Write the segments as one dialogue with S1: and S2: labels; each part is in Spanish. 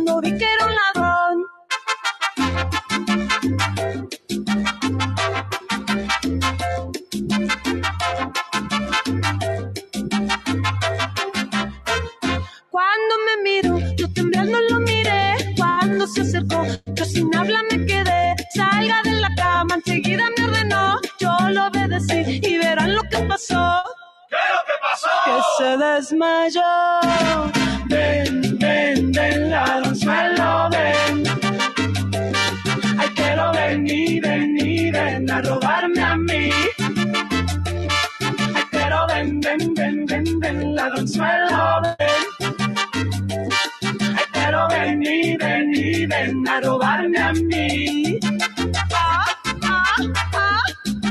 S1: cuando vi que era un ladrón. Cuando me miro, yo temblando lo miré. Cuando se acercó, yo sin habla me quedé. Salga de la cama, enseguida me ordenó. Yo lo obedecí y verán lo que pasó.
S2: ¿Qué es lo que pasó?
S1: Que se desmayó. Ven, ven, ven, ladronzuelo, ven. Ay, pero ven a robarme a mí. Ay, pero ven, ladronzuelo, ven. Ay, pero ven a robarme a mí. Ah, ah, ah.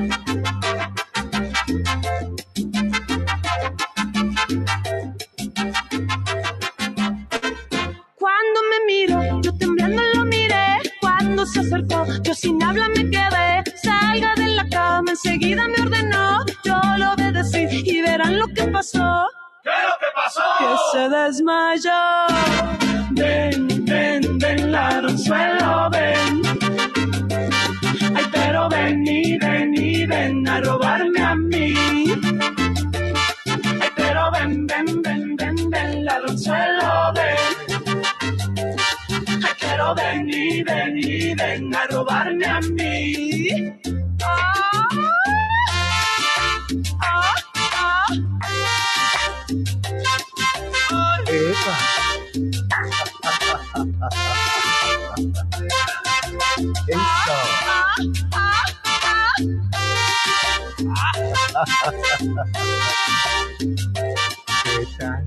S1: Cuando me miro, yo temblando lo miré. Cuando se acercó, yo sin habla me quedé. Salga de la cama, enseguida me ordenó. Yo lo obedecí y verán lo que pasó.
S2: ¿Qué es lo que pasó?
S1: Que se desmayó. Ven, ladronzuelo, ven. Ay, pero ven a robarme a mí. Ay, pero ven, ladronzuelo, ven. Ay, pero ven a robarme a mí. Ah, ah, ah.
S3: ¡Epa! Eso. ¿Qué tal?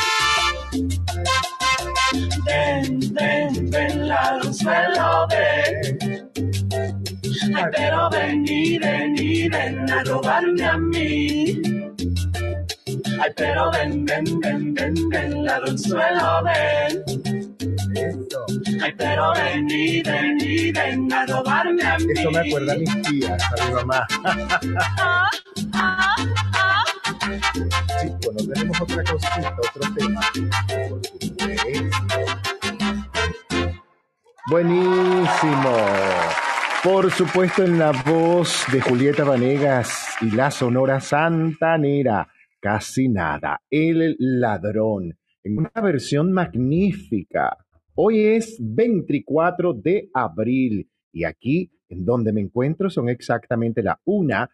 S1: Ven, ladronzuelo, ven. Ay, pero ven a robarme a mí. Ay, pero ven, ladronzuelo, ven.
S3: Eso.
S1: Ay, pero ven a robarme a mí.
S3: Eso me acuerda a mis tías, a mi mamá.
S1: Ah, ah, ah.
S3: Chicos, no tenemos otra cosita, otro tema. Por supuesto. Buenísimo. Por supuesto, en la voz de Julieta Vanegas y la Sonora Santanera, Casi Nada, El Ladrón, en una versión magnífica. Hoy es 24 de abril y aquí, en donde me encuentro, son exactamente la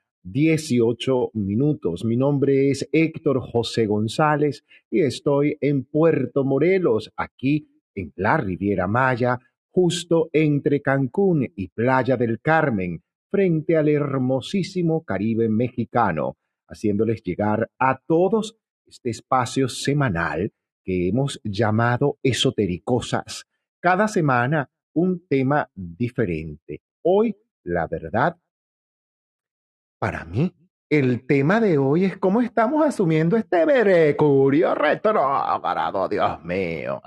S3: 1:18. Mi nombre es Héctor José González y estoy en Puerto Morelos, aquí en la Riviera Maya, justo entre Cancún y Playa del Carmen, frente al hermosísimo Caribe mexicano, haciéndoles llegar a todos este espacio semanal que hemos llamado Esotericosas. Cada semana un tema diferente. Hoy, la verdad, para mí, el tema de hoy es cómo estamos asumiendo este Mercurio retrógrado, Dios mío.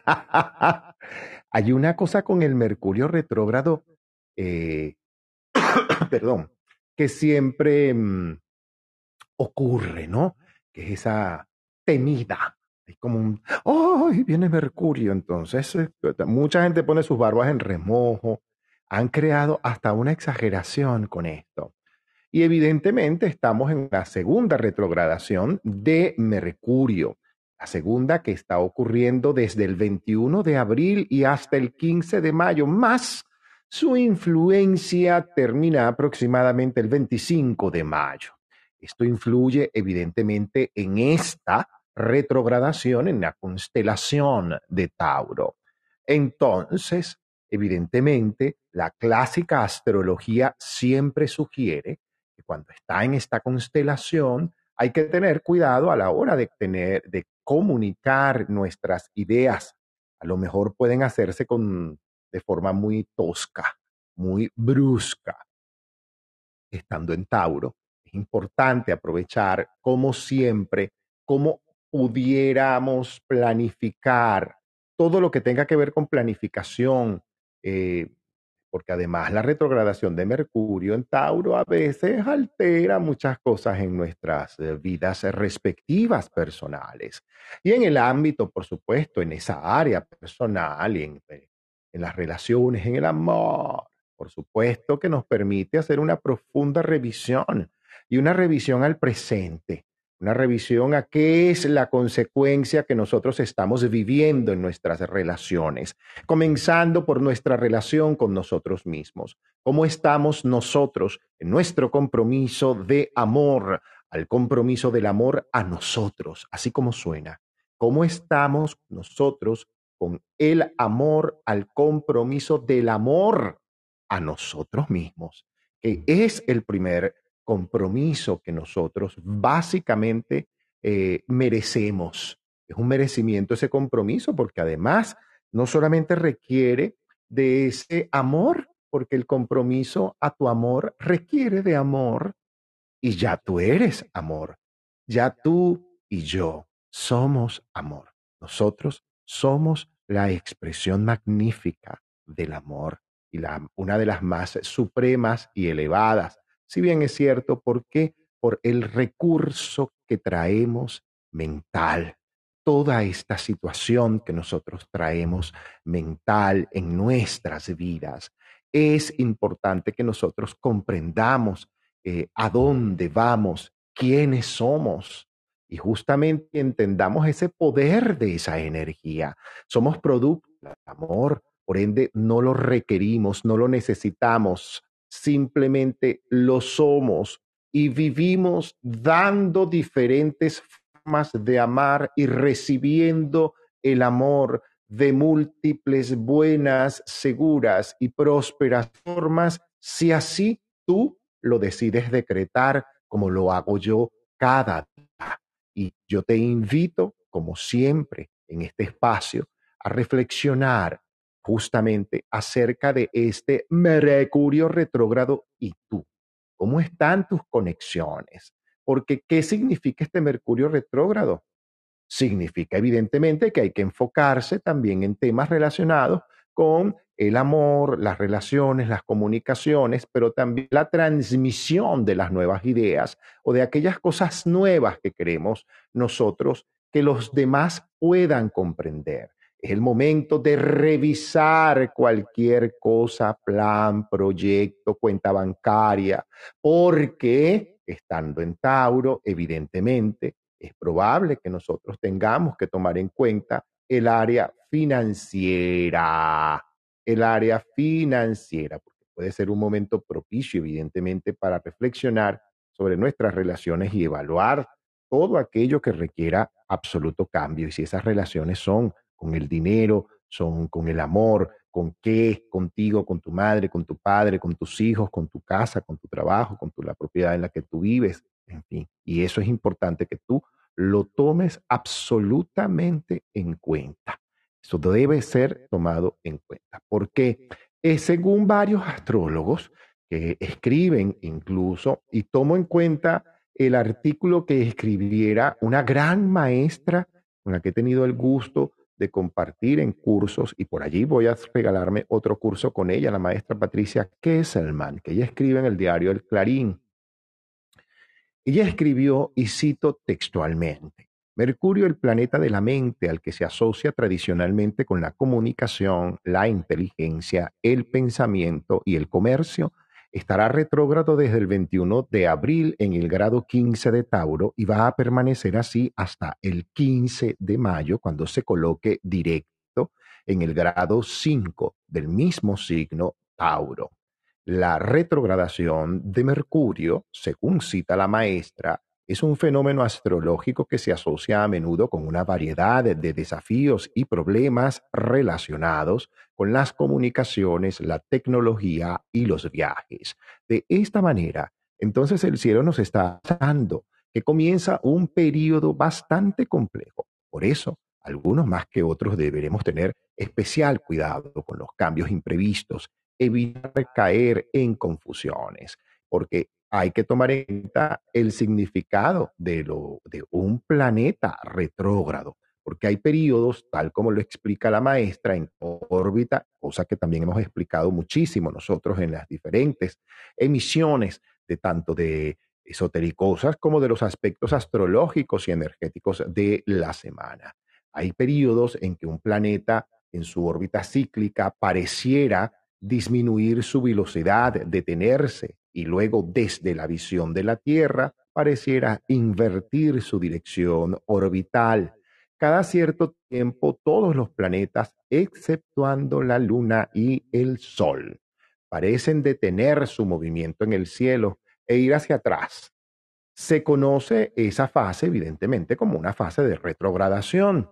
S3: Hay una cosa con el Mercurio retrógrado, perdón, que siempre ocurre, ¿no? Que es esa temida. Es como un, ¡ay, viene Mercurio! Entonces, mucha gente pone sus barbas en remojo. Han creado hasta una exageración con esto. Y evidentemente estamos en la segunda retrogradación de Mercurio. La segunda que está ocurriendo desde el 21 de abril y hasta el 15 de mayo, más su influencia termina aproximadamente el 25 de mayo. Esto influye evidentemente en esta retrogradación en la constelación de Tauro. Entonces, evidentemente, la clásica astrología siempre sugiere que cuando está en esta constelación hay que tener cuidado a la hora de comunicar nuestras ideas. A lo mejor pueden hacerse de forma muy tosca, muy brusca. Estando en Tauro, es importante aprovechar, como siempre, cómo pudiéramos planificar todo lo que tenga que ver con planificación, porque además la retrogradación de Mercurio en Tauro a veces altera muchas cosas en nuestras vidas respectivas personales. Y en el ámbito, por supuesto, en esa área personal y en las relaciones, en el amor, por supuesto que nos permite hacer una profunda revisión y una revisión al presente, una revisión a qué es la consecuencia que nosotros estamos viviendo en nuestras relaciones, comenzando por nuestra relación con nosotros mismos. ¿Cómo estamos nosotros en nuestro compromiso de amor, al compromiso del amor a nosotros, así como suena? ¿Cómo estamos nosotros con el amor al compromiso del amor a nosotros mismos, que es el primer compromiso que nosotros básicamente merecemos? Es un merecimiento ese compromiso porque además no solamente requiere de ese amor, porque el compromiso a tu amor requiere de amor y ya tú eres amor. Ya tú y yo somos amor. Nosotros somos la expresión magnífica del amor y una de las más supremas y elevadas. Si bien es cierto, ¿por qué? Por el recurso que traemos mental. Toda esta situación que nosotros traemos mental en nuestras vidas, es importante que nosotros comprendamos a dónde vamos, quiénes somos y justamente entendamos ese poder de esa energía. Somos producto del amor, por ende no lo requerimos, no lo necesitamos, simplemente lo somos y vivimos dando diferentes formas de amar y recibiendo el amor de múltiples, buenas, seguras y prósperas formas, si así tú lo decides decretar, como lo hago yo cada día. Y yo te invito, como siempre, en este espacio, a reflexionar justamente acerca de este Mercurio retrógrado y tú. ¿Cómo están tus conexiones? Porque, ¿qué significa este Mercurio retrógrado? Significa evidentemente que hay que enfocarse también en temas relacionados con el amor, las relaciones, las comunicaciones, pero también la transmisión de las nuevas ideas o de aquellas cosas nuevas que queremos nosotros que los demás puedan comprender. Es el momento de revisar cualquier cosa, plan, proyecto, cuenta bancaria, porque estando en Tauro, evidentemente, es probable que nosotros tengamos que tomar en cuenta el área financiera, porque puede ser un momento propicio, evidentemente, para reflexionar sobre nuestras relaciones y evaluar todo aquello que requiera absoluto cambio. Y si esas relaciones son con el dinero, son con el amor, con qué, contigo, con tu madre, con tu padre, con tus hijos, con tu casa, con tu trabajo, la propiedad en la que tú vives, en fin. Y eso es importante que tú lo tomes absolutamente en cuenta. Eso debe ser tomado en cuenta, porque según varios astrólogos que escriben incluso, y tomo en cuenta el artículo que escribiera una gran maestra con la que he tenido el gusto de compartir en cursos, y por allí voy a regalarme otro curso con ella, la maestra Patricia Kesselman, que ella escribe en el diario El Clarín. Ella escribió, y cito textualmente: Mercurio, el planeta de la mente al que se asocia tradicionalmente con la comunicación, la inteligencia, el pensamiento y el comercio, estará retrógrado desde el 21 de abril en el grado 15 de Tauro y va a permanecer así hasta el 15 de mayo, cuando se coloque directo en el grado 5 del mismo signo Tauro. La retrogradación de Mercurio, según cita la maestra, es un fenómeno astrológico que se asocia a menudo con una variedad de desafíos y problemas relacionados con las comunicaciones, la tecnología y los viajes. De esta manera, entonces el cielo nos está dando que comienza un periodo bastante complejo. Por eso, algunos más que otros deberemos tener especial cuidado con los cambios imprevistos, evitar caer en confusiones, porque hay que tomar en cuenta el significado de un planeta retrógrado, porque aunque hay periodos, tal como lo explica la maestra, en órbita, cosa que también hemos explicado muchísimo nosotros en las diferentes emisiones de tanto de esotericosas como de los aspectos astrológicos y energéticos de la semana. Hay periodos en que un planeta en su órbita cíclica pareciera disminuir su velocidad, detenerse, y luego desde la visión de la Tierra pareciera invertir su dirección orbital. Cada cierto tiempo todos los planetas, exceptuando la Luna y el Sol, parecen detener su movimiento en el cielo e ir hacia atrás. Se conoce esa fase, evidentemente, como una fase de retrogradación.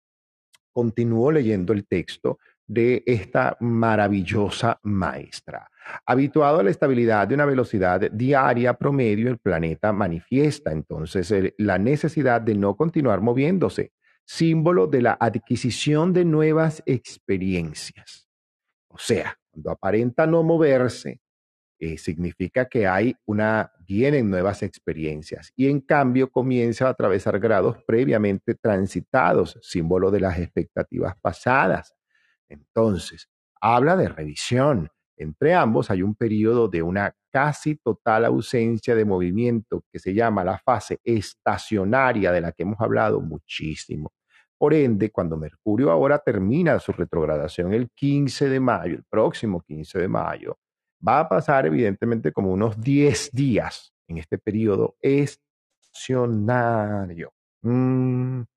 S3: Continúo leyendo el texto de esta maravillosa maestra. Habituado a la estabilidad de una velocidad diaria promedio, el planeta manifiesta entonces la necesidad de no continuar moviéndose, símbolo de la adquisición de nuevas experiencias. O sea, cuando aparenta no moverse, significa que vienen nuevas experiencias y en cambio comienza a atravesar grados previamente transitados, símbolo de las expectativas pasadas. Entonces, habla de revisión. Entre ambos hay un periodo de una casi total ausencia de movimiento que se llama la fase estacionaria, de la que hemos hablado muchísimo. Por ende, cuando Mercurio ahora termina su retrogradación el 15 de mayo, el próximo 15 de mayo, va a pasar evidentemente como unos 10 días en este periodo estacionario. No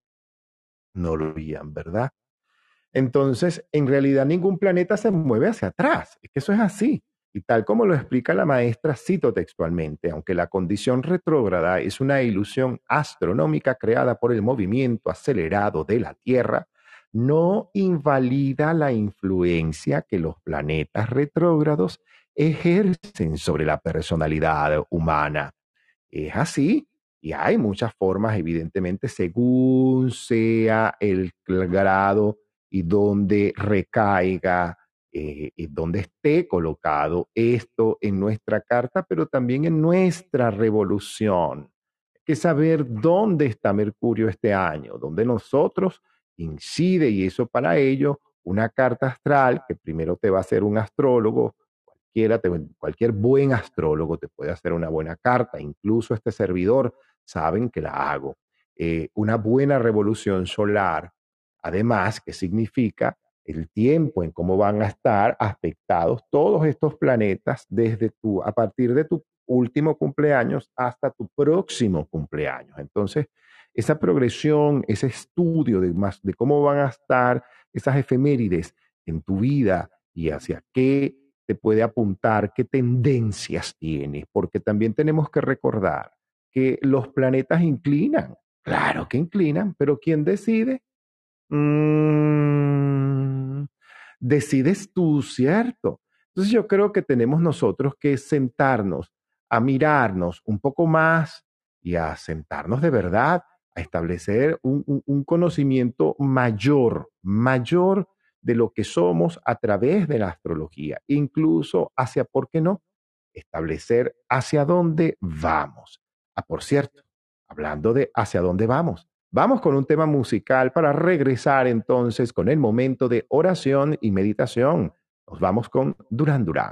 S3: lo veían, ¿verdad? Entonces, en realidad ningún planeta se mueve hacia atrás. Es que eso es así. Y tal como lo explica la maestra, cito textualmente, aunque la condición retrógrada es una ilusión astronómica creada por el movimiento acelerado de la Tierra, no invalida la influencia que los planetas retrógrados ejercen sobre la personalidad humana. Es así, y hay muchas formas, evidentemente, según sea el grado y donde recaiga, y donde esté colocado esto en nuestra carta, pero también en nuestra revolución. Hay que saber dónde está Mercurio este año, dónde nosotros incide, y eso para ello, una carta astral que primero te va a hacer un astrólogo. Cualquier buen astrólogo te puede hacer una buena carta, incluso este servidor saben que la hago. Una buena revolución solar, además, que significa el tiempo en cómo van a estar aspectados todos estos planetas a partir de tu último cumpleaños hasta tu próximo cumpleaños. Entonces, esa progresión, ese estudio de cómo van a estar esas efemérides en tu vida y hacia qué te puede apuntar, qué tendencias tienes, porque también tenemos que recordar que los planetas inclinan. Claro que inclinan, pero ¿quién decide? Decides tú, ¿cierto? Entonces yo creo que tenemos nosotros que sentarnos a mirarnos un poco más y a sentarnos de verdad, a establecer un conocimiento mayor de lo que somos a través de la astrología, incluso hacia, ¿por qué no?, establecer hacia dónde vamos. Por cierto, hablando de hacia dónde vamos con un tema musical para regresar entonces con el momento de oración y meditación. Nos vamos con Duran Duran.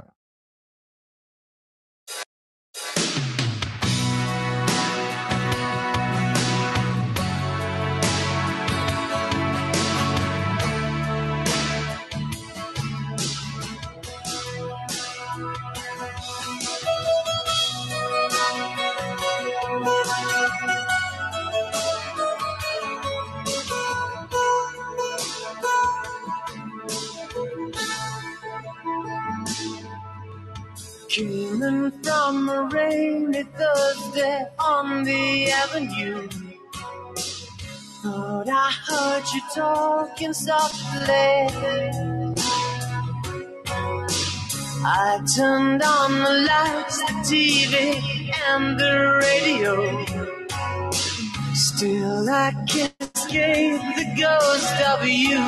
S1: Coming from a rainy Thursday on the avenue, thought I heard you talking softly. I turned on the lights, the TV, and the radio. Still I can't escape the ghost of you.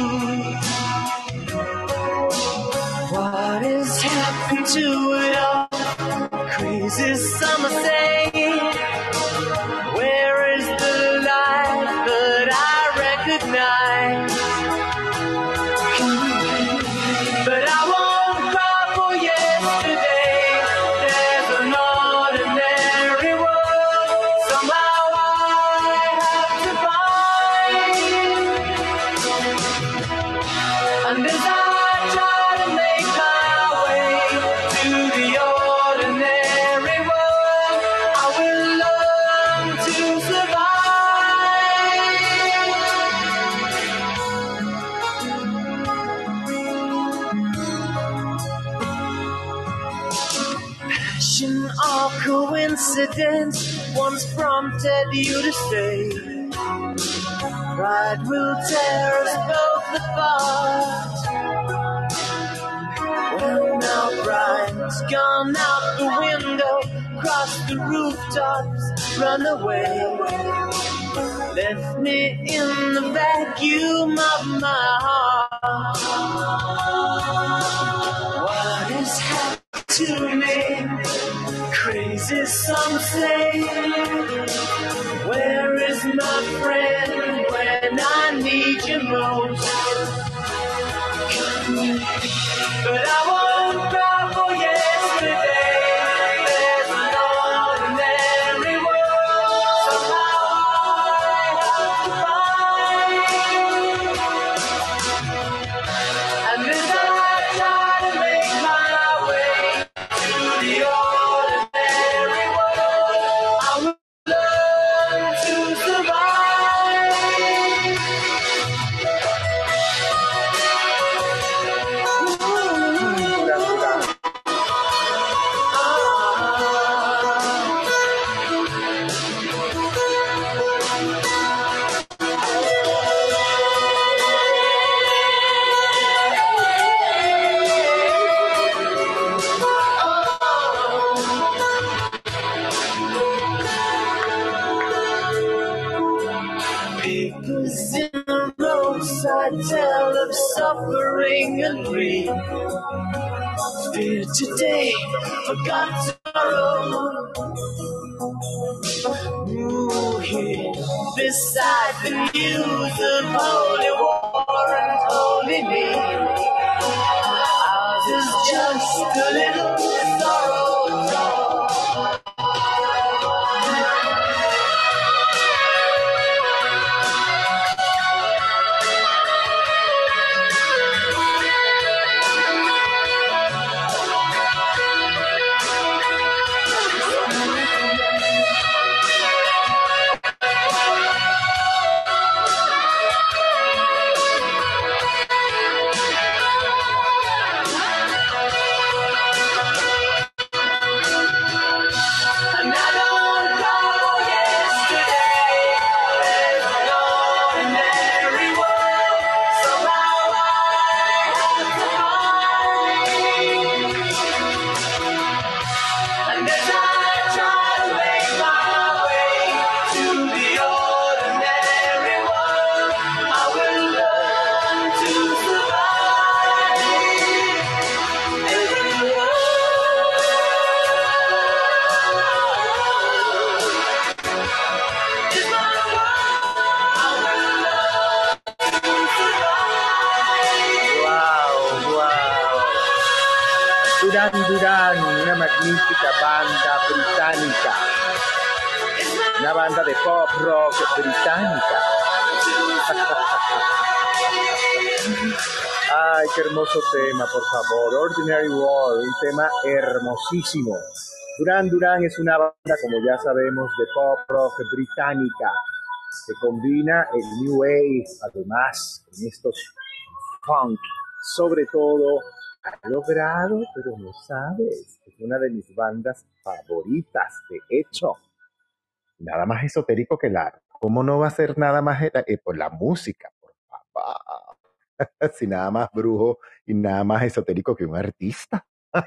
S1: What has happened to it all? Crazy summer day. Where is the light that I recognize? And as I try to make my way to the ordinary world, I will learn to survive. Passion or coincidence once prompted you to stay. Pride will tear us both apart. Well, now pride's gone out the window, crossed the rooftops, run away. Left me in the vacuum of my heart. What has happened to me? Crazy, some say. Where is my friend when I need you most? But I won't cry for yesterday. There's an ordinary world somehow I have to find. And as I try to make my way to the ordinary world, I will learn to survive. Papers in the roadside tell of suffering and grief. Fear today, forgot tomorrow. Ooh, here beside the news of holy war and holy need. Ours is just a little sorrow.
S3: Duran Duran, una magnífica banda británica, una banda de pop rock británica. Ay, qué hermoso tema, por favor. Ordinary World, un tema hermosísimo. Duran Duran es una banda, como ya sabemos, de pop rock británica, que combina el New Wave, además, con estos funk, sobre todo. Ha logrado, pero no sabes, es una de mis bandas favoritas, de hecho. Nada más esotérico que la. ¿Cómo no va a ser nada más por la música, por favor? Si nada más brujo y nada más esotérico que un artista.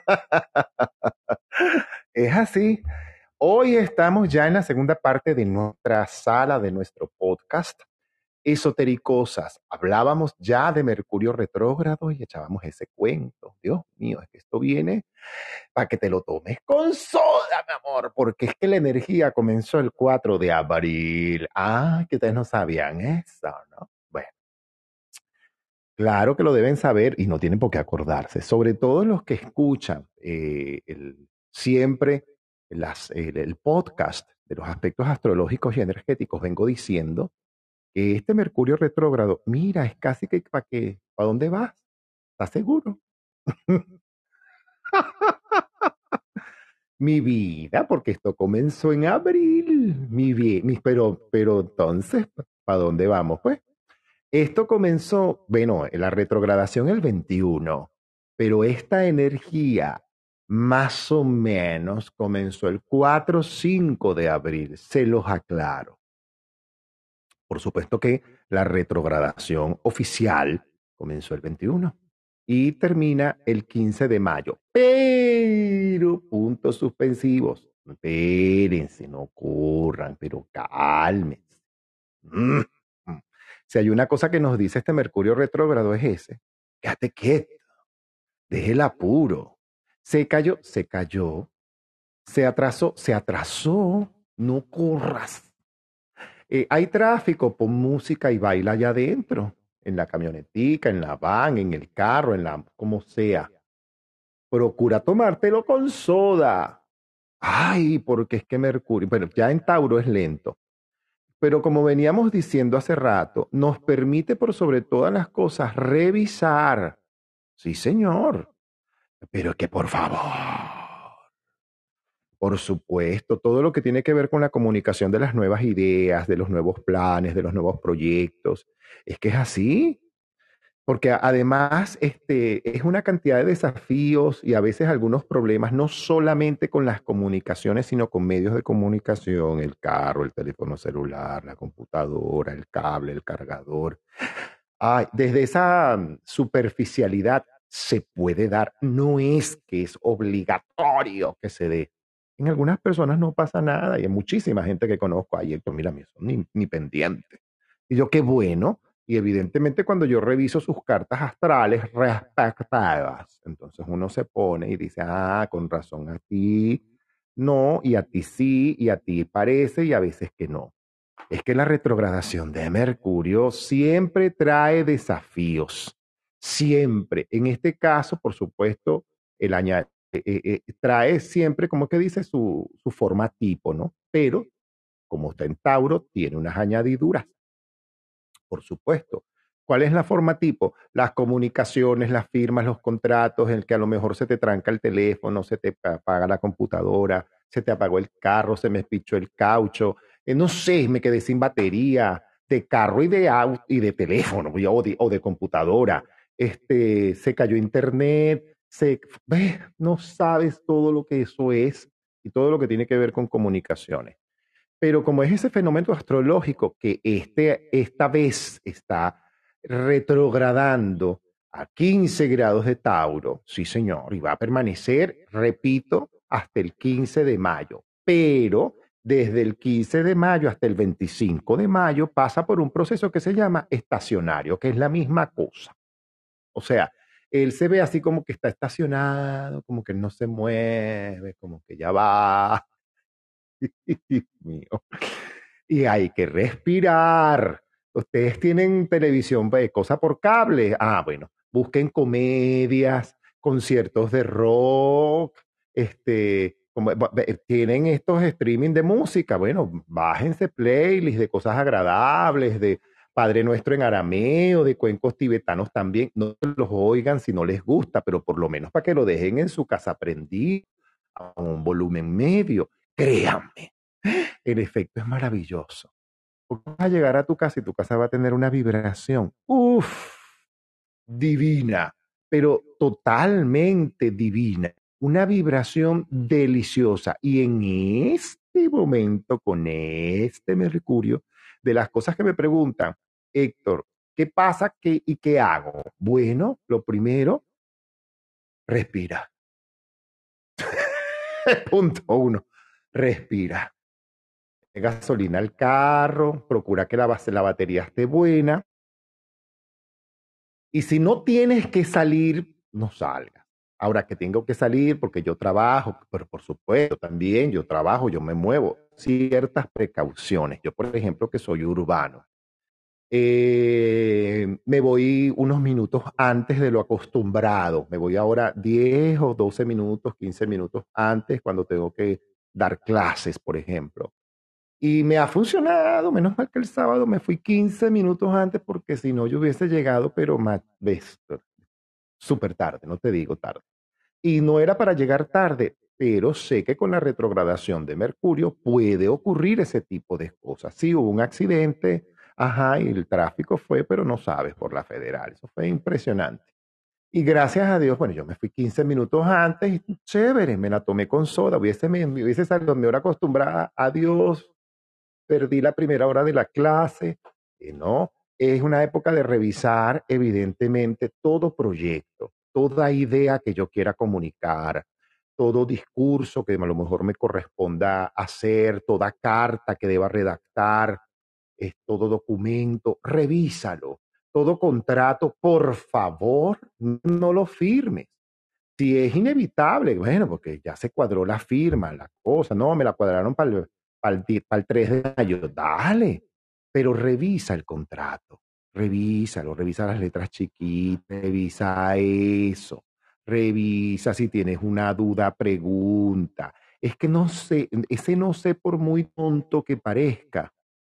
S3: Es así. Hoy estamos ya en la segunda parte de nuestra sala, de nuestro podcast. Esotericosas. Hablábamos ya de Mercurio retrógrado y echábamos ese cuento. Dios mío, es que esto viene para que te lo tomes con soda, mi amor, porque es que la energía comenzó el 4 de abril. Ah, que ustedes no sabían eso, ¿no? Bueno, claro que lo deben saber y no tienen por qué acordarse, sobre todo los que escuchan siempre el podcast de los aspectos astrológicos y energéticos. Vengo diciendo que este Mercurio retrógrado, mira, es casi que ¿para dónde vas? ¿Estás seguro? Mi vida, porque esto comenzó en abril, pero entonces, ¿para dónde vamos, pues? Esto comenzó, bueno, la retrogradación el 21, pero esta energía más o menos comenzó el 4 o 5 de abril, se los aclaro. Por supuesto que la retrogradación oficial comenzó el 21 y termina el 15 de mayo. Pero, puntos suspensivos, espérense, no corran, pero cálmense. Mm. Si hay una cosa que nos dice este Mercurio retrógrado es ese, quédate quieto, deje el apuro. Se cayó, se atrasó, no corras. Hay tráfico, pon música y baila allá adentro, en la camionetica, en la van, en el carro, como sea. Procura tomártelo con soda. Ay, porque es que Mercurio, bueno, ya en Tauro es lento, pero como veníamos diciendo hace rato, nos permite por sobre todas las cosas revisar. Sí, señor, pero que por favor. Por supuesto, todo lo que tiene que ver con la comunicación de las nuevas ideas, de los nuevos planes, de los nuevos proyectos, es que es así, porque además es una cantidad de desafíos y a veces algunos problemas, no solamente con las comunicaciones, sino con medios de comunicación, el carro, el teléfono celular, la computadora, el cable, el cargador. Ay, desde esa superficialidad se puede dar, no es que es obligatorio que se dé. En algunas personas no pasa nada y hay muchísima gente que conozco, ay, Héctor, mira, eso ni pendiente. Y yo, qué bueno. Y evidentemente cuando yo reviso sus cartas astrales respectivas, entonces uno se pone y dice, ah, con razón a ti no, y a ti sí, y a ti parece, y a veces que no. Es que la retrogradación de Mercurio siempre trae desafíos, siempre. En este caso, por supuesto, trae siempre, como que dice, su forma tipo, ¿no? Pero, como está en Tauro, tiene unas añadiduras, por supuesto. ¿Cuál es la forma tipo? Las comunicaciones, las firmas, los contratos, en el que a lo mejor se te tranca el teléfono, se te apaga la computadora, se te apagó el carro, se me espichó el caucho, no sé, me quedé sin batería de carro y de auto y de teléfono o de computadora. Se cayó internet, no sabes todo lo que eso es y todo lo que tiene que ver con comunicaciones. Pero como es ese fenómeno astrológico que esta vez está retrogradando a 15 grados de Tauro, sí señor, y va a permanecer, repito, hasta el 15 de mayo. Pero desde el 15 de mayo hasta el 25 de mayo pasa por un proceso que se llama estacionario, que es la misma cosa. O sea, él se ve así como que está estacionado, como que no se mueve, como que ya va. Dios mío. Y hay que respirar. Ustedes tienen televisión, cosa por cable. Ah, bueno, busquen comedias, conciertos de rock, tienen estos streaming de música. Bueno, bájense playlists de cosas agradables, de Padre Nuestro en arameo, de cuencos tibetanos también. No los oigan si no les gusta, pero por lo menos para que lo dejen en su casa prendido a un volumen medio. Créanme, el efecto es maravilloso. Porque vas a llegar a tu casa y tu casa va a tener una vibración, uff, divina, pero totalmente divina. Una vibración deliciosa. Y en este momento, con este Mercurio, de las cosas que me preguntan, Héctor, ¿qué pasa y qué hago? Bueno, lo primero, respira. Punto uno, respira. Gasolina al carro, procura que la batería esté buena. Y si no tienes que salir, no salgas. Ahora que tengo que salir porque yo trabajo, pero por supuesto también yo trabajo, yo me muevo. Ciertas precauciones. Yo, por ejemplo, que soy urbano, me voy unos minutos antes de lo acostumbrado. Me voy ahora 10 o 12 minutos, 15 minutos antes cuando tengo que dar clases, por ejemplo. Y me ha funcionado, menos mal que el sábado me fui 15 minutos antes porque si no yo hubiese llegado, pero más, ves, súper tarde, no te digo tarde. Y no era para llegar tarde, pero sé que con la retrogradación de Mercurio puede ocurrir ese tipo de cosas. Sí, hubo un accidente, ajá, y el tráfico fue, pero no sabes, por la federal. Eso fue impresionante. Y gracias a Dios, bueno, yo me fui 15 minutos antes y chévere, me la tomé con soda, me hubiese salido a mi hora acostumbrada, adiós, perdí la primera hora de la clase. No, es una época de revisar evidentemente todo proyecto, toda idea que yo quiera comunicar, todo discurso que a lo mejor me corresponda hacer, toda carta que deba redactar, todo documento, revísalo. Todo contrato, por favor, no lo firmes. Si es inevitable, bueno, porque ya se cuadró la firma, la cosa, no, me la cuadraron para el 3 de mayo, dale, pero revisa el contrato, revísalo, revisa las letras chiquitas, revisa eso, revisa si tienes una duda, pregunta. Es que no sé, ese no sé por muy tonto que parezca.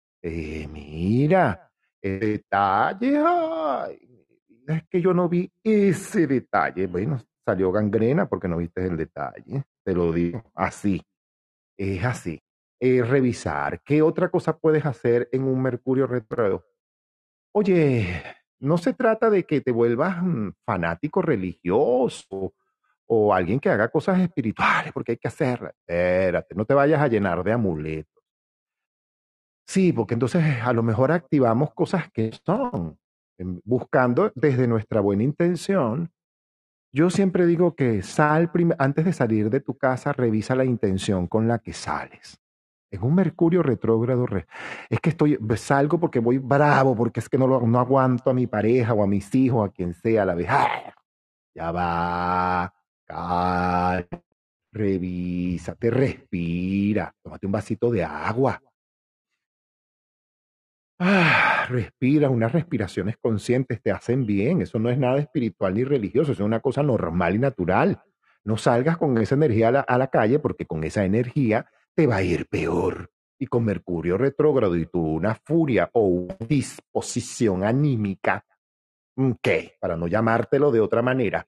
S3: Mira, el detalle, ay, es que yo no vi ese detalle. Bueno, salió gangrena porque no viste el detalle. Te lo digo así, es así. Revisar, ¿qué otra cosa puedes hacer en un Mercurio retrógrado? Oye, no se trata de que te vuelvas fanático religioso o alguien que haga cosas espirituales porque hay que hacerlas. Espérate, no te vayas a llenar de amuletos. Sí, porque entonces a lo mejor activamos cosas que son, buscando desde nuestra buena intención. Yo siempre digo que antes de salir de tu casa, revisa la intención con la que sales. En un Mercurio retrógrado, es que salgo porque voy bravo, porque es que no aguanto a mi pareja o a mis hijos, a quien sea, a la vez. ¡Ah! Ya va, calma, revísate, respira, tómate un vasito de agua. Respira, unas respiraciones conscientes te hacen bien. Eso no es nada espiritual ni religioso, eso es una cosa normal y natural. No salgas con esa energía a la calle porque con esa energía te va a ir peor. Y con Mercurio retrógrado y tú una furia o una disposición anímica, ¿qué? Para no llamártelo de otra manera.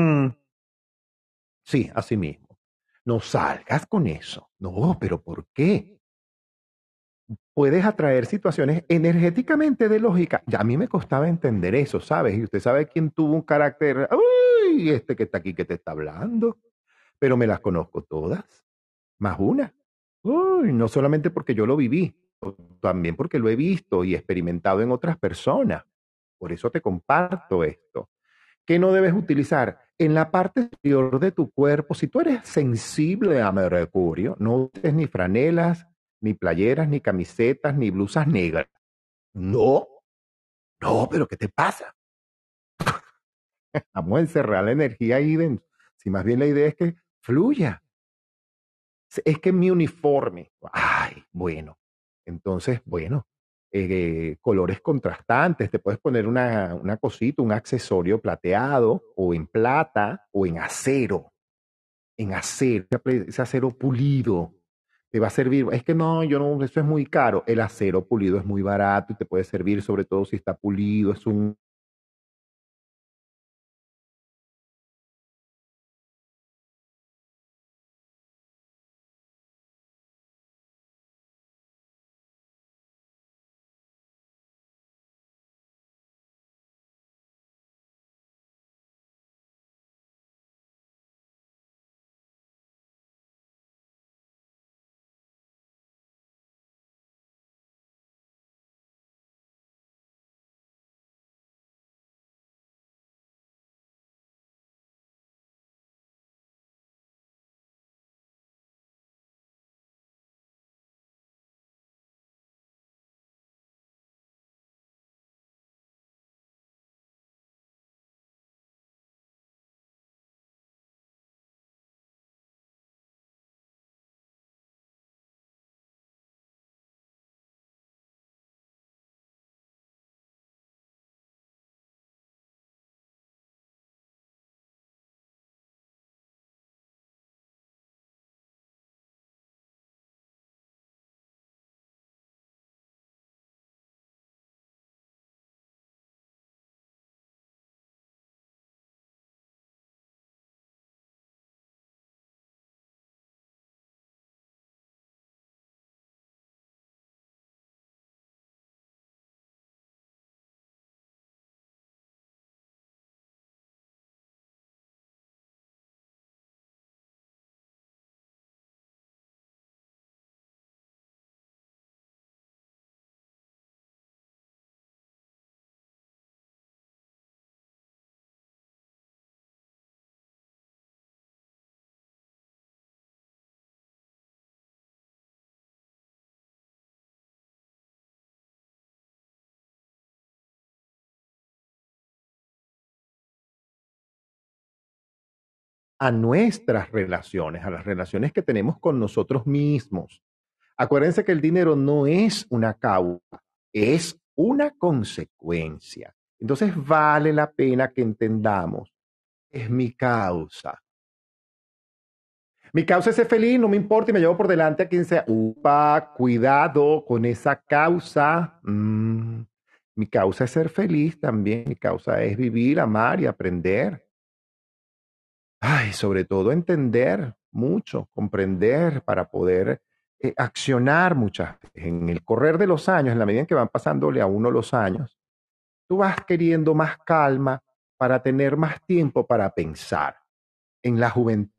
S3: Sí, así mismo. No salgas con eso. No, pero ¿por qué? Puedes atraer situaciones energéticamente de lógica. Ya a mí me costaba entender eso, ¿sabes? Y usted sabe quién tuvo un carácter, uy, este que está aquí que te está hablando, pero me las conozco todas, más una. Uy, no solamente porque yo lo viví, también porque lo he visto y experimentado en otras personas. Por eso te comparto esto. ¿Qué no debes utilizar? En la parte exterior de tu cuerpo, si tú eres sensible a mercurio, no uses ni franelas, ni playeras, ni camisetas, ni blusas negras. No, no, pero ¿qué te pasa? Vamos a encerrar la energía ahí dentro. Si más bien la idea es que fluya. Es que mi uniforme. Ay, bueno. Entonces, bueno, colores contrastantes. Te puedes poner una cosita, un accesorio plateado o en plata o en acero. En acero, ese acero pulido. Te va a servir. Es que no, yo no, eso es muy caro. El acero pulido es muy barato y te puede servir, sobre todo si está pulido. Es un a nuestras relaciones, a las relaciones que tenemos con nosotros mismos. Acuérdense que el dinero no es una causa, es una consecuencia. Entonces vale la pena que entendamos, es mi causa. Mi causa es ser feliz, no me importa y me llevo por delante a quien sea. Upa, cuidado con esa causa. Mi causa es ser feliz también. Mi causa es vivir, amar y aprender. Ay, sobre todo entender mucho, comprender para poder accionar muchas veces. En el correr de los años, en la medida en que van pasándole a uno los años, tú vas queriendo más calma para tener más tiempo para pensar. En la juventud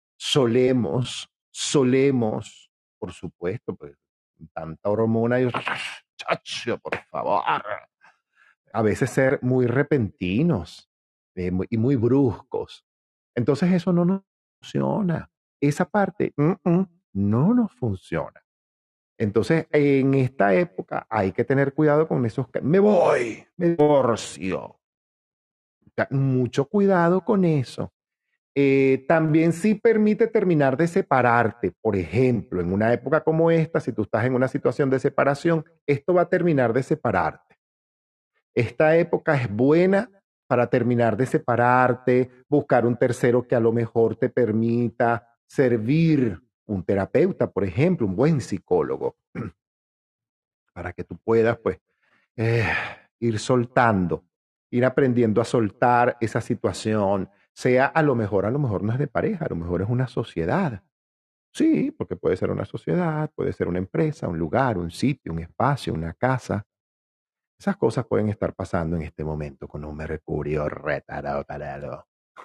S3: solemos, por supuesto, pues tanta hormona y chacho, por favor, a veces ser muy repentinos y muy bruscos. Entonces eso no nos funciona. Esa parte no nos funciona. Entonces, en esta época hay que tener cuidado con esos. Me voy, me divorcio. Mucho cuidado con eso. También sí permite terminar de separarte. Por ejemplo, en una época como esta, si tú estás en una situación de separación, esto va a terminar de separarte. Esta época es buena para terminar de separarte, buscar un tercero que a lo mejor te permita servir, un terapeuta, por ejemplo, un buen psicólogo, para que tú puedas, pues, eh, ir soltando, ir aprendiendo a soltar esa situación, sea a lo mejor no es de pareja, a lo mejor es una sociedad. Sí, porque puede ser una sociedad, puede ser una empresa, un lugar, un sitio, un espacio, una casa. Esas cosas pueden estar pasando en este momento con un Mercurio retrógrado.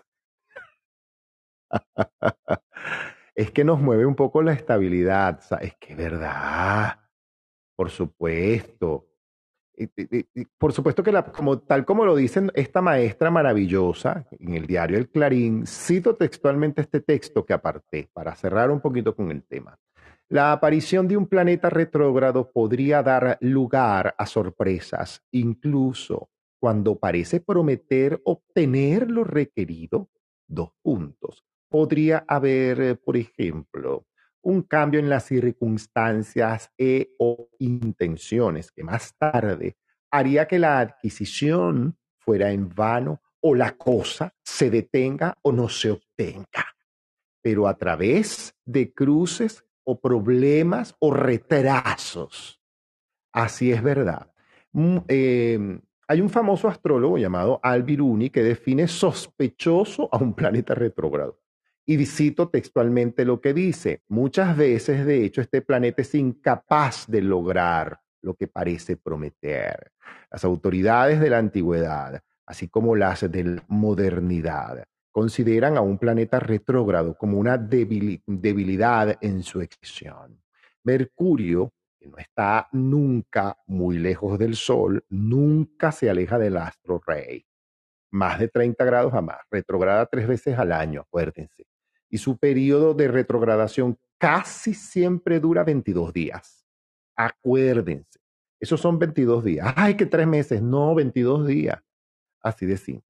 S3: Es que nos mueve un poco la estabilidad. Es que es verdad, por supuesto. Por supuesto que como, tal como lo dicen esta maestra maravillosa en el diario El Clarín, cito textualmente este texto que aparté para cerrar un poquito con el tema. La aparición de un planeta retrógrado podría dar lugar a sorpresas, incluso cuando parece prometer obtener lo requerido. Dos puntos. Podría haber, por ejemplo, un cambio en las circunstancias o intenciones que más tarde haría que la adquisición fuera en vano o la cosa se detenga o no se obtenga, pero a través de cruces o problemas o retrasos. Así es verdad. Hay un famoso astrólogo llamado Al-Biruni que define sospechoso a un planeta retrógrado. Y cito textualmente lo que dice: muchas veces, de hecho, este planeta es incapaz de lograr lo que parece prometer. Las autoridades de la antigüedad, así como las de la modernidad, consideran a un planeta retrógrado como una debilidad en su expresión. Mercurio, que no está nunca muy lejos del Sol, nunca se aleja del astro rey. Más de 30 grados jamás. Retrograda 3 veces al año, acuérdense. Y su periodo de retrogradación casi siempre dura 22 días. Acuérdense. Esos son 22 días. Ay, que 3 meses. No, 22 días. Así de simple.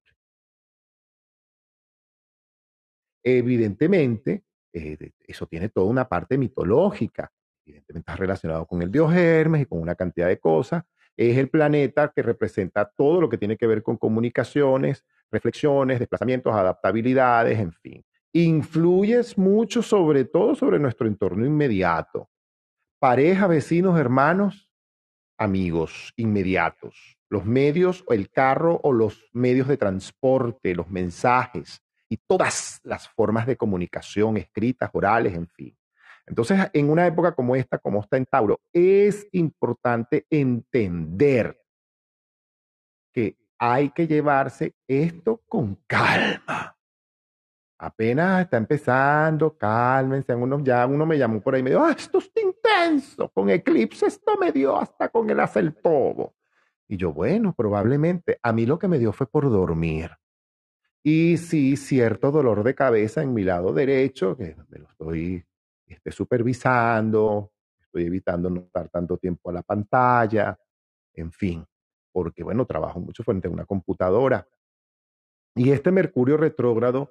S3: Evidentemente, eso tiene toda una parte mitológica. Evidentemente está relacionado con el dios Hermes y con una cantidad de cosas. Es el planeta que representa todo lo que tiene que ver con comunicaciones, reflexiones, desplazamientos, adaptabilidades, en fin. Influyes mucho sobre todo sobre nuestro entorno inmediato. Pareja, vecinos, hermanos, amigos inmediatos, los medios, el carro o los medios de transporte, los mensajes y todas las formas de comunicación, escritas, orales, en fin. Entonces, en una época como esta, como está en Tauro, es importante entender que hay que llevarse esto con calma. Apenas está empezando, cálmense. Ya uno me llamó por ahí y me dijo: esto está intenso, con eclipse esto me dio hasta con el hacer todo. Y yo, bueno, probablemente. A mí lo que me dio fue por dormir. Y sí, cierto dolor de cabeza en mi lado derecho, que me lo estoy supervisando, estoy evitando no estar tanto tiempo a la pantalla, en fin, porque bueno, trabajo mucho frente a una computadora. Y este Mercurio retrógrado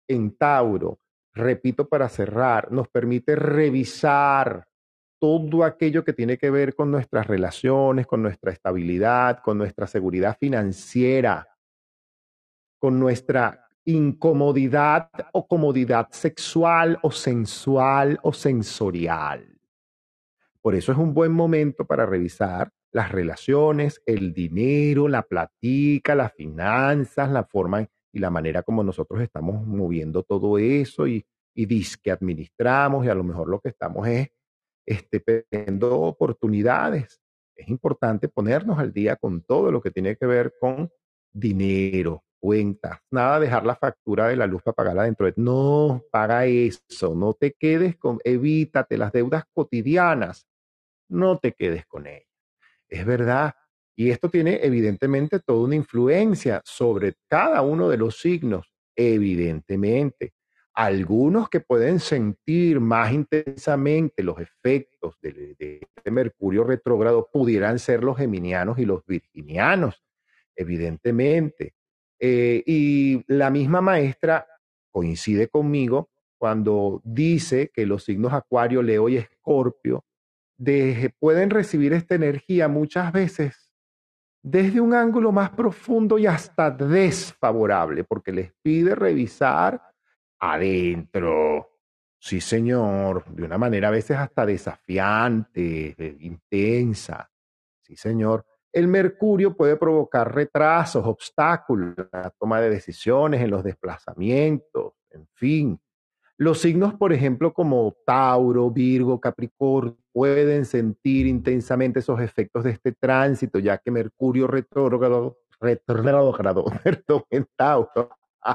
S3: en Tauro, repito para cerrar, nos permite revisar todo aquello que tiene que ver con nuestras relaciones, con nuestra estabilidad, con nuestra seguridad financiera, con nuestra incomodidad o comodidad sexual o sensual o sensorial. Por eso es un buen momento para revisar las relaciones, el dinero, la platica, las finanzas, la forma y la manera como nosotros estamos moviendo todo eso y que administramos y a lo mejor lo que estamos es perdiendo oportunidades. Es importante ponernos al día con todo lo que tiene que ver con dinero, cuentas, nada dejar la factura de la luz para pagarla dentro de... No, paga eso, no te quedes con, evítate las deudas cotidianas, no te quedes con ellas. Es verdad. Y esto tiene evidentemente toda una influencia sobre cada uno de los signos, evidentemente. Algunos que pueden sentir más intensamente los efectos de Mercurio retrógrado pudieran ser los geminianos y los virginianos, evidentemente. Y la misma maestra coincide conmigo cuando dice que los signos Acuario, Leo y Escorpio pueden recibir esta energía muchas veces desde un ángulo más profundo y hasta desfavorable, porque les pide revisar adentro. Sí, señor, de una manera a veces hasta desafiante, intensa. Sí, señor. El mercurio puede provocar retrasos, obstáculos en la toma de decisiones, en los desplazamientos, en fin. Los signos, por ejemplo, como Tauro, Virgo, Capricornio, pueden sentir intensamente esos efectos de este tránsito, ya que Mercurio retrógrado, perdón, en Tauro,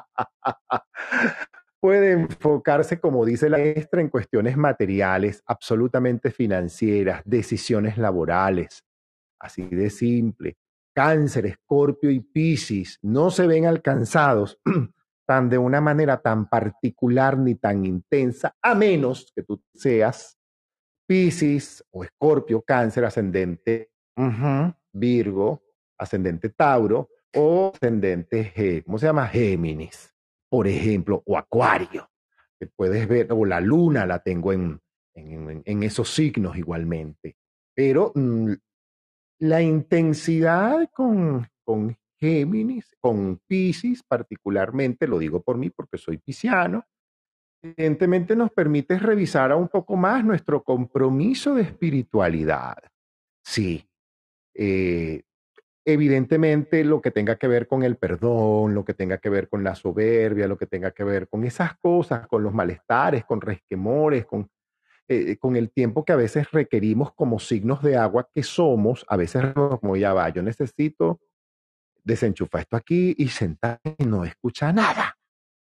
S3: puede enfocarse, como dice la maestra, en cuestiones materiales, absolutamente financieras, decisiones laborales, así de simple. Cáncer, Escorpio y Piscis no se ven alcanzados tan de una manera tan particular ni tan intensa, a menos que tú seas Piscis o Escorpio, Cáncer, ascendente Virgo, ascendente Tauro o ascendente, ¿cómo se llama? Géminis, por ejemplo, o Acuario, que puedes ver, o la luna la tengo en esos signos igualmente. Pero la intensidad con Géminis, con Piscis particularmente, lo digo por mí porque soy pisciano, evidentemente nos permite revisar un poco más nuestro compromiso de espiritualidad. Sí, eh, evidentemente lo que tenga que ver con el perdón, lo que tenga que ver con la soberbia, lo que tenga que ver con esas cosas, con los malestares, con resquemores, con el tiempo que a veces requerimos como signos de agua que somos, a veces como ya va, yo necesito desenchufar esto aquí y sentarme y no escuchar nada.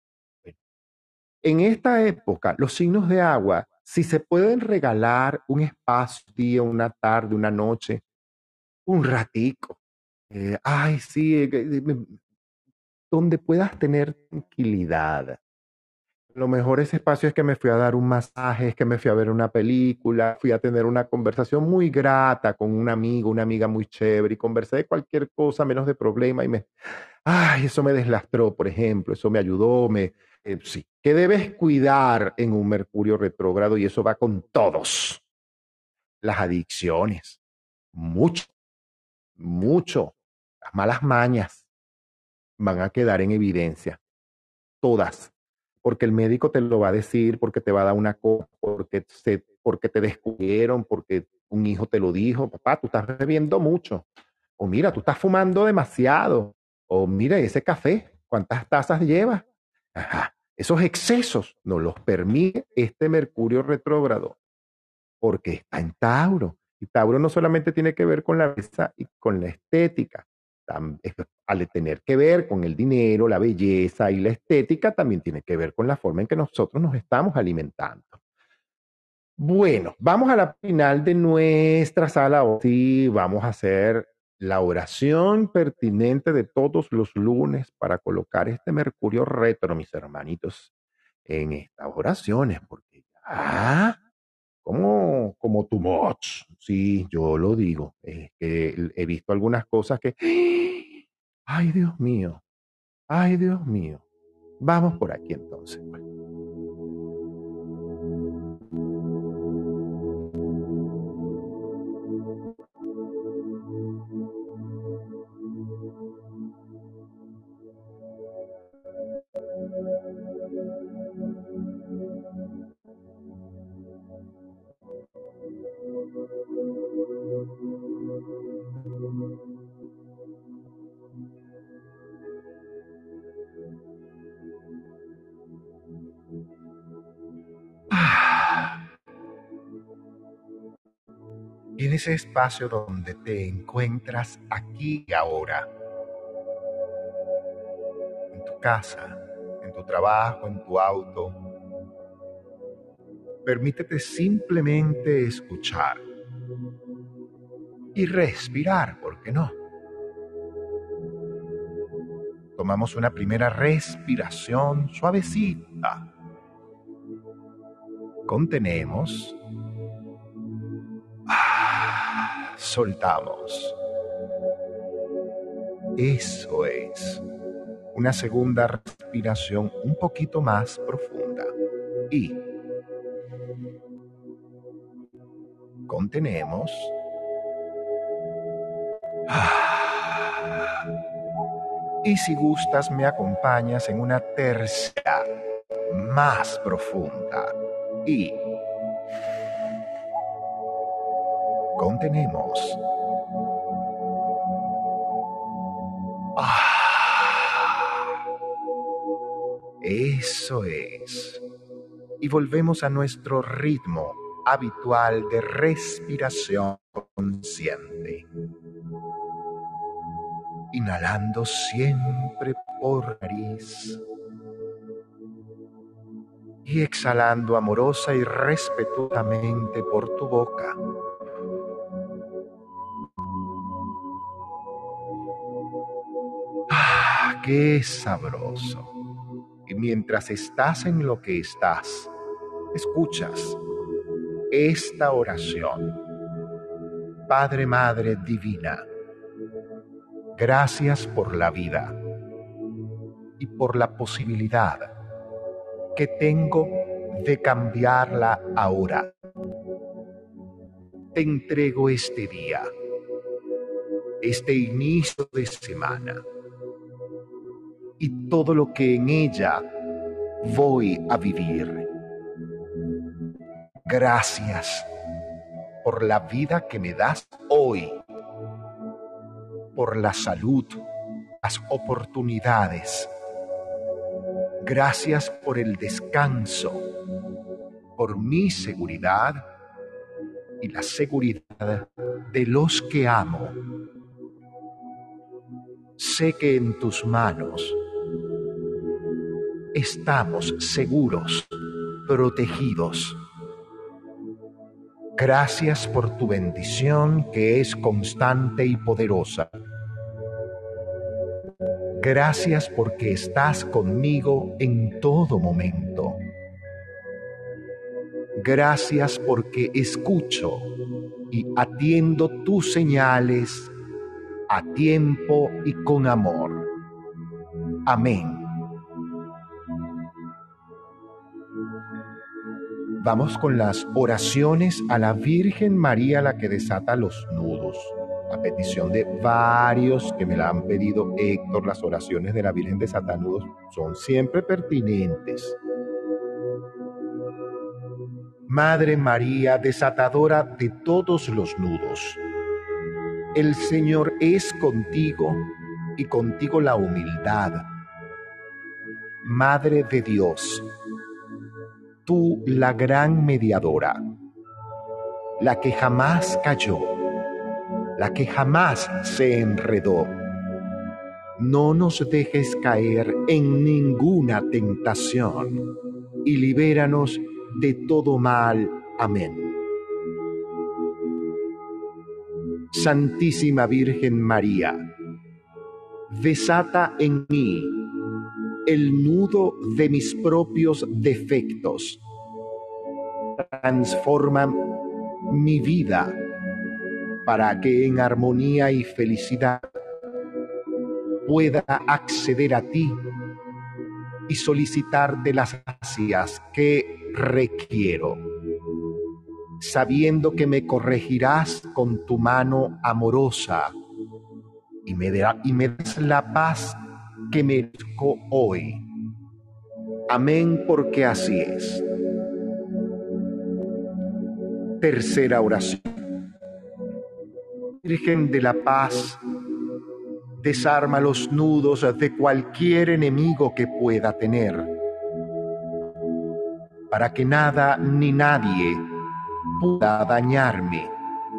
S3: En esta época, los signos de agua, si se pueden regalar un espacio, un día, una tarde, una noche, un ratico, ay, sí, donde puedas tener tranquilidad. Lo mejor ese espacio es que me fui a dar un masaje, es que me fui a ver una película, fui a tener una conversación muy grata con un amigo, una amiga muy chévere y conversé de cualquier cosa menos de problema y ay, eso me deslastró, por ejemplo, eso me ayudó, sí, que debes cuidar en un Mercurio retrógrado y eso va con todos. Las adicciones, mucho, mucho, las malas mañas van a quedar en evidencia, todas, porque el médico te lo va a decir, porque te va a dar una cosa, porque te descubrieron, porque un hijo te lo dijo, papá, tú estás bebiendo mucho, o mira, tú estás fumando demasiado, o mira ese café, ¿cuántas tazas llevas? Ajá. Esos excesos no los permite este Mercurio retrógrado, porque está en Tauro. Y Tauro no solamente tiene que ver con la belleza y con la estética, al tener que ver con el dinero, la belleza y la estética, también tiene que ver con la forma en que nosotros nos estamos alimentando. Bueno, vamos a la final de nuestra sala. Sí, vamos a hacer la oración pertinente de todos los lunes para colocar este Mercurio retro, mis hermanitos, en estas oraciones, porque ya, como too much. Sí, yo lo digo. Es que he visto algunas cosas que, ay, Dios mío, ay, Dios mío. Vamos por aquí entonces, pues. En ese espacio donde te encuentras aquí y ahora, en tu casa, en tu trabajo, en tu auto, permítete simplemente escuchar y respirar, ¿por qué no? Tomamos una primera respiración suavecita. Contenemos. Soltamos. Eso es. Una segunda respiración un poquito más profunda. Y contenemos. Y si gustas, me acompañas en una tercera, más profunda. Y contenemos. Eso es. Y volvemos a nuestro ritmo habitual de respiración consciente. Inhalando siempre por nariz y exhalando amorosa y respetuosamente por tu boca. ¡Qué sabroso! Y mientras estás en lo que estás, escuchas esta oración. Padre, Madre Divina, gracias por la vida y por la posibilidad que tengo de cambiarla ahora. Te entrego este día, este inicio de semana y todo lo que en ella voy a vivir. Gracias por la vida que me das hoy, por la salud, las oportunidades. Gracias por el descanso, por mi seguridad y la seguridad de los que amo. Sé que en tus manos estamos seguros, protegidos. Gracias por tu bendición que es constante y poderosa. Gracias porque estás conmigo en todo momento. Gracias porque escucho y atiendo tus señales a tiempo y con amor. Amén. Vamos con las oraciones a la Virgen María, la que desata los nudos. A petición de varios que me la han pedido, Héctor, las oraciones de la Virgen desatanudos son siempre pertinentes. Madre María, desatadora de todos los nudos, el Señor es contigo y contigo la humildad. Madre de Dios, tú la gran mediadora, la que jamás cayó, la que jamás se enredó. No nos dejes caer en ninguna tentación y libéranos de todo mal. Amén. Santísima Virgen María, desata en mí el nudo de mis propios defectos. Transforma mi vida para que en armonía y felicidad pueda acceder a ti y solicitarte las gracias que requiero, sabiendo que me corregirás con tu mano amorosa y me das la paz que merezco hoy. Amén, porque así es. Tercera oración. Virgen de la Paz, desarma los nudos de cualquier enemigo que pueda tener, para que nada ni nadie pueda dañarme.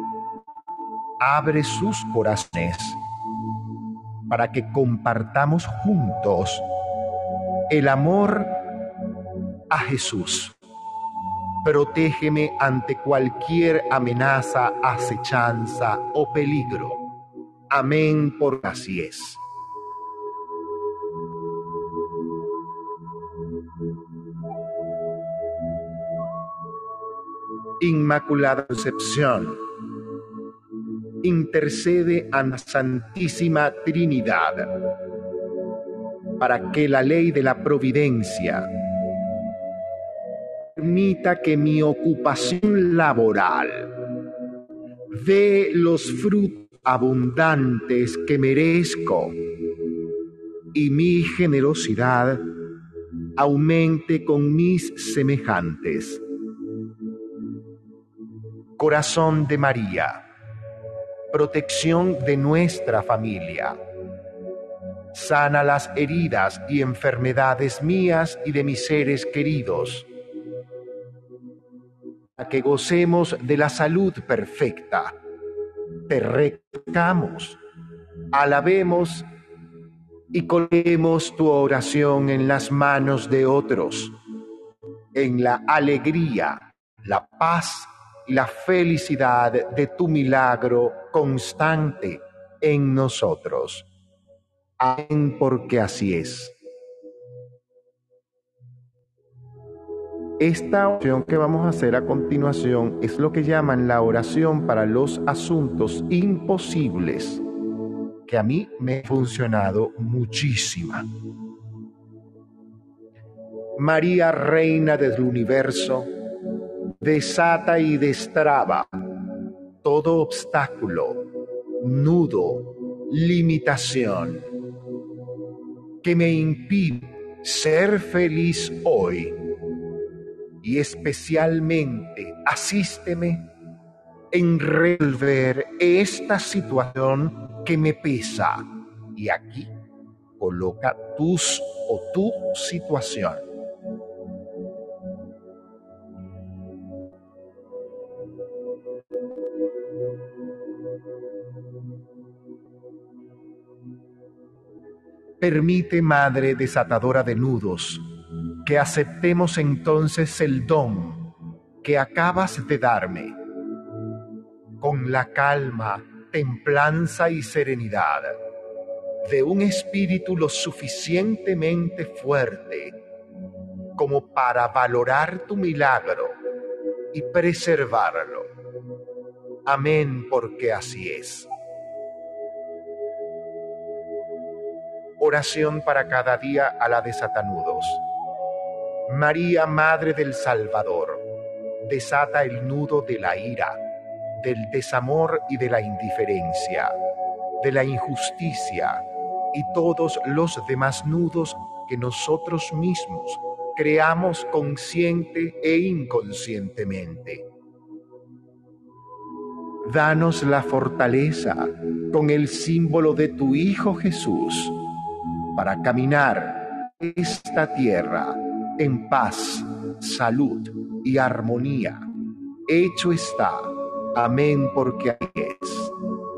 S3: Abre sus corazones para que compartamos juntos el amor a Jesús. Protégeme ante cualquier amenaza, acechanza o peligro. Amén, porque así es. Inmaculada Concepción, intercede ante la Santísima Trinidad para que la ley de la providencia permita que mi ocupación laboral dé los frutos abundantes que merezco y mi generosidad aumente con mis semejantes. Corazón de María, protección de nuestra familia, sana las heridas y enfermedades mías y de mis seres queridos, para que gocemos de la salud perfecta. Te reconozcamos, alabemos y colguemos tu oración en las manos de otros, en la alegría, la paz y la felicidad de tu milagro constante en nosotros. Amén, porque así es. Esta oración que vamos a hacer a continuación es lo que llaman la oración para los asuntos imposibles, que a mí me ha funcionado muchísimo. María, Reina del Universo, desata y destraba todo obstáculo, nudo, limitación que me impide ser feliz hoy. Y especialmente asísteme en resolver esta situación que me pesa. Y aquí coloca tu situación. Permite, Madre desatadora de nudos, que aceptemos entonces el don que acabas de darme, con la calma, templanza y serenidad de un espíritu lo suficientemente fuerte como para valorar tu milagro y preservarlo. Amén, porque así es. Oración para cada día a la desatanudos. María, Madre del Salvador, desata el nudo de la ira, del desamor y de la indiferencia, de la injusticia y todos los demás nudos que nosotros mismos creamos consciente e inconscientemente. Danos la fortaleza con el símbolo de tu Hijo Jesús para caminar esta tierra en paz, salud y armonía. Hecho está. Amén, porque así es.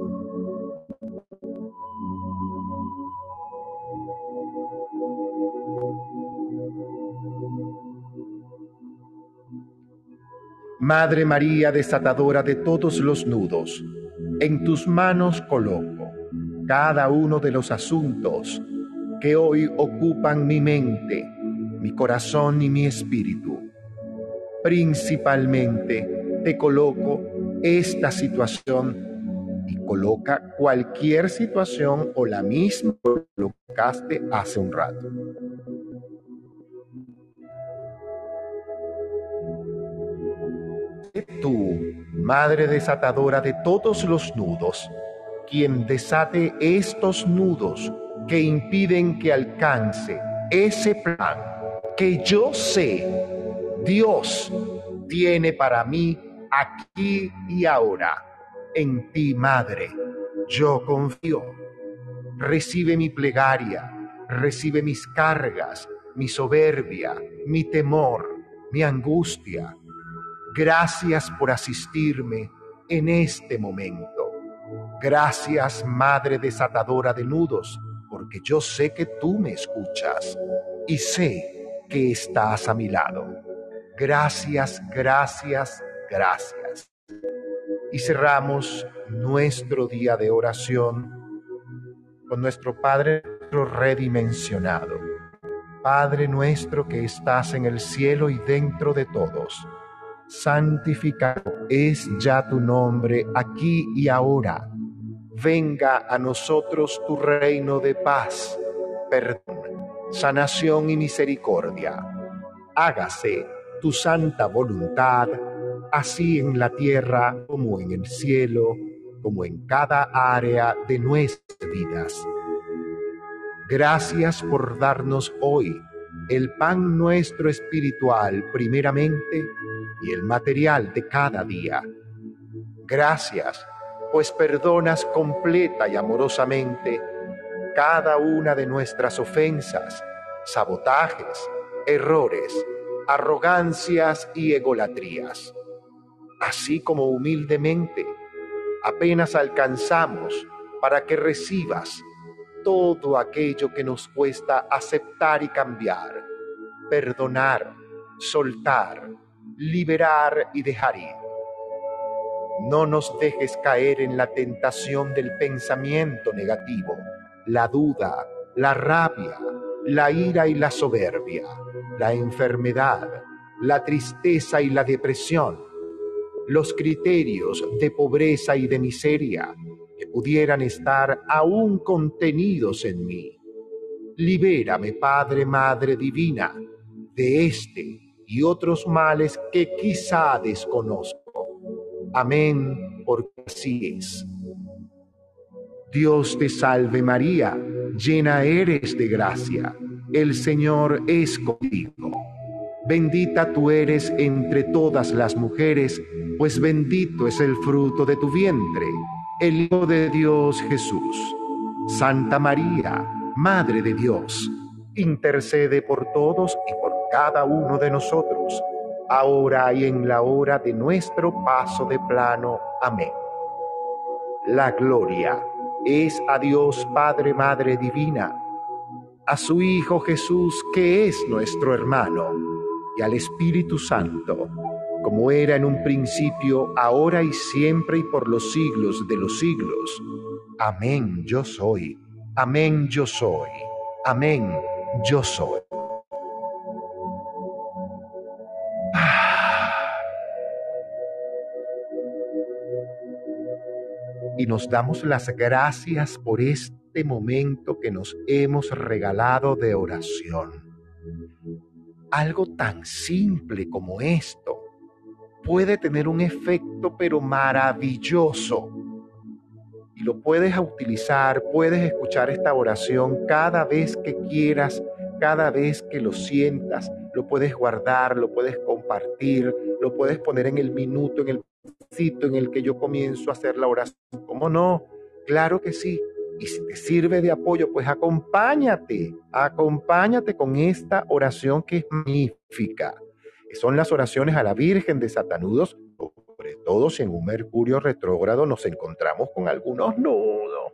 S3: Madre María, desatadora de todos los nudos, en tus manos coloco cada uno de los asuntos que hoy ocupan mi mente, mi corazón y mi espíritu. Principalmente te coloco esta situación y coloca cualquier situación o la misma que colocaste hace un rato. tú, Madre desatadora de todos los nudos, quien desate estos nudos que impiden que alcance ese plan que yo sé Dios tiene para mí aquí y ahora. En ti, Madre, yo confío. Recibe mi plegaria, recibe mis cargas, mi soberbia, mi temor, mi angustia. Gracias por asistirme en este momento. Gracias, Madre desatadora de nudos, porque yo sé que tú me escuchas y sé que estás a mi lado. Gracias, gracias, gracias. Y cerramos nuestro día de oración con nuestro Padre nuestro redimensionado. Padre nuestro que estás en el cielo y dentro de todos, santificado es ya tu nombre aquí y ahora. Venga a nosotros tu reino de paz, perdón, sanación y misericordia. Hágase tu santa voluntad, así en la tierra como en el cielo, como en cada área de nuestras vidas. Gracias por darnos hoy el pan nuestro espiritual primeramente y el material de cada día. Gracias, pues perdonas completa y amorosamente cada una de nuestras ofensas, sabotajes, errores, arrogancias y egolatrías. Así como humildemente apenas alcanzamos para que recibas todo aquello que nos cuesta aceptar y cambiar, perdonar, soltar, liberar y dejar ir. No nos dejes caer en la tentación del pensamiento negativo, la duda, la rabia, la ira y la soberbia, la enfermedad, la tristeza y la depresión, los criterios de pobreza y de miseria que pudieran estar aún contenidos en mí. Libérame, Padre, Madre Divina, de este y otros males que quizá desconozco. Amén, porque así es. Dios te salve María, llena eres de gracia, el Señor es contigo. Bendita tú eres entre todas las mujeres, pues bendito es el fruto de tu vientre, el Hijo de Dios Jesús. Santa María, Madre de Dios, intercede por todos y por cada uno de nosotros, ahora y en la hora de nuestro paso de plano. Amén. La gloria es a Dios Padre, Madre Divina, a su Hijo Jesús, que es nuestro hermano, y al Espíritu Santo, como era en un principio, ahora y siempre y por los siglos de los siglos. Amén, yo soy. Amén, yo soy. Amén, yo soy. Y nos damos las gracias por este momento que nos hemos regalado de oración. Algo tan simple como esto puede tener un efecto pero maravilloso. Y lo puedes utilizar, puedes escuchar esta oración cada vez que quieras, cada vez que lo sientas, lo puedes guardar, lo puedes compartir, lo puedes poner en el minuto, en el sitio en el que yo comienzo a hacer la oración. ¿Cómo no? Claro que sí. Y si te sirve de apoyo, pues acompáñate con esta oración que es magnífica. Son las oraciones a la Virgen de Satanudos, sobre todo si en un Mercurio retrógrado nos encontramos con algunos nudos.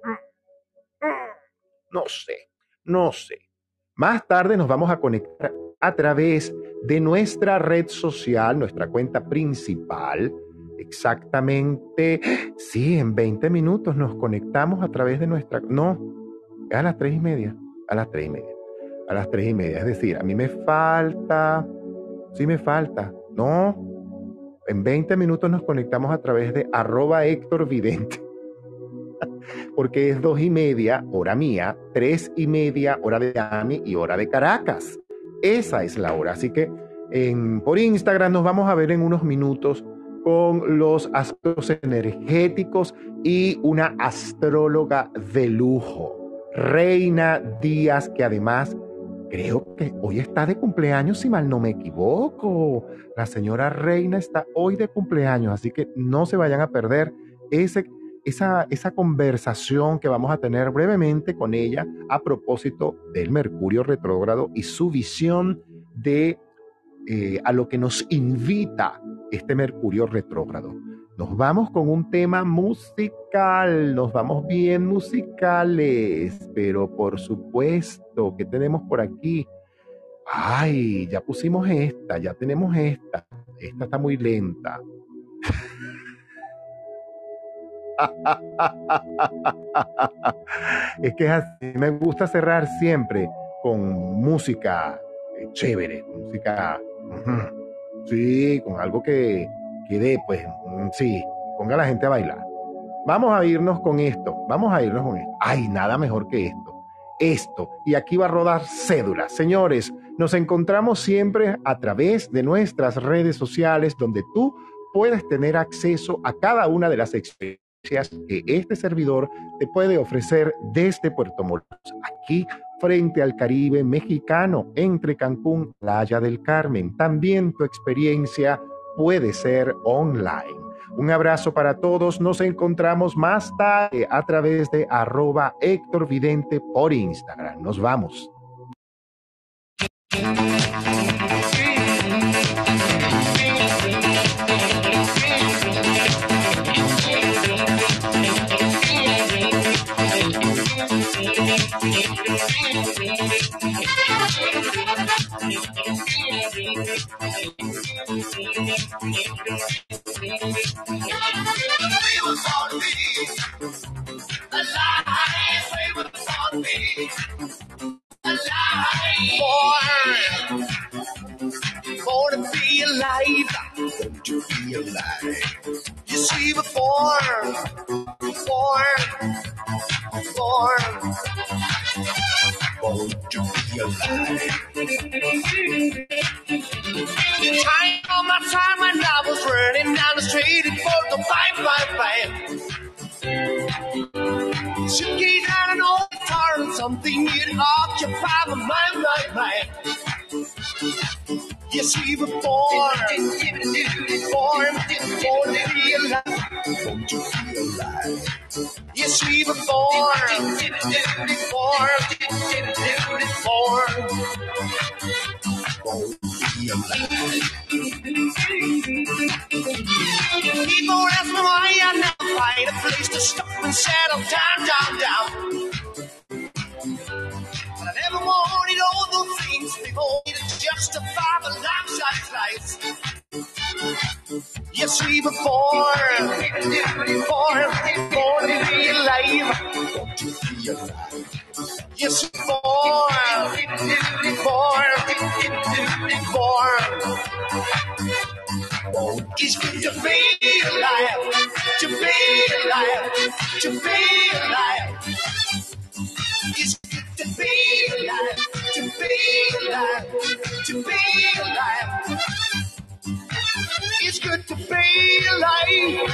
S3: No sé. Más tarde nos vamos a conectar a través de nuestra red social, nuestra cuenta principal. Exactamente, sí, en 20 minutos nos conectamos a través de nuestra... No, es a las 3:30. A las 3:30. Es decir, a mí me falta... Sí me falta. No, en 20 minutos nos conectamos a través de @Héctor Vidente. Porque es 2:30, hora mía, 3:30, hora de Miami y hora de Caracas. Esa es la hora. Así que por Instagram nos vamos a ver en unos minutos con los aspectos energéticos y una astróloga de lujo, Reina Díaz, que además creo que hoy está de cumpleaños, si mal no me equivoco. La señora Reina está hoy de cumpleaños, así que no se vayan a perder esa conversación que vamos a tener brevemente con ella a propósito del Mercurio retrógrado y su visión de a lo que nos invita este Mercurio retrógrado. Nos vamos con un tema musical, nos vamos bien musicales, pero por supuesto, ¿qué tenemos por aquí? Ay, ya pusimos esta, ya tenemos esta. Esta está muy lenta. Es que es así, me gusta cerrar siempre con música chévere, música, sí, con algo que dé, pues, sí, ponga a la gente a bailar. Vamos a irnos con esto. Ay, nada mejor que esto. Y aquí va a rodar cédula. Señores, nos encontramos siempre a través de nuestras redes sociales, donde tú puedes tener acceso a cada una de las experiencias que este servidor te puede ofrecer desde Puerto Morelos, aquí frente al Caribe mexicano, entre Cancún y Playa del Carmen. También tu experiencia puede ser online. Un abrazo para todos. Nos encontramos más tarde a través de @HéctorVidente por Instagram. Nos vamos.
S1: Born to be alive, to be alive. You see, we're born to be alive. Time on my time when I was running down the street, it was the bang. Should get down an old guitar and something you'd occupy my mind. Yes, we were born to be alive. Yes, we were born People ask me why I never find a place to stop and settle down. But I never wanted all those things before to justify the life. Yes, we were born to be alive. Yes, we were born. It's good to be alive, to be alive, to be alive. It's good to be alive, to be alive, to be alive. It's good to be alive.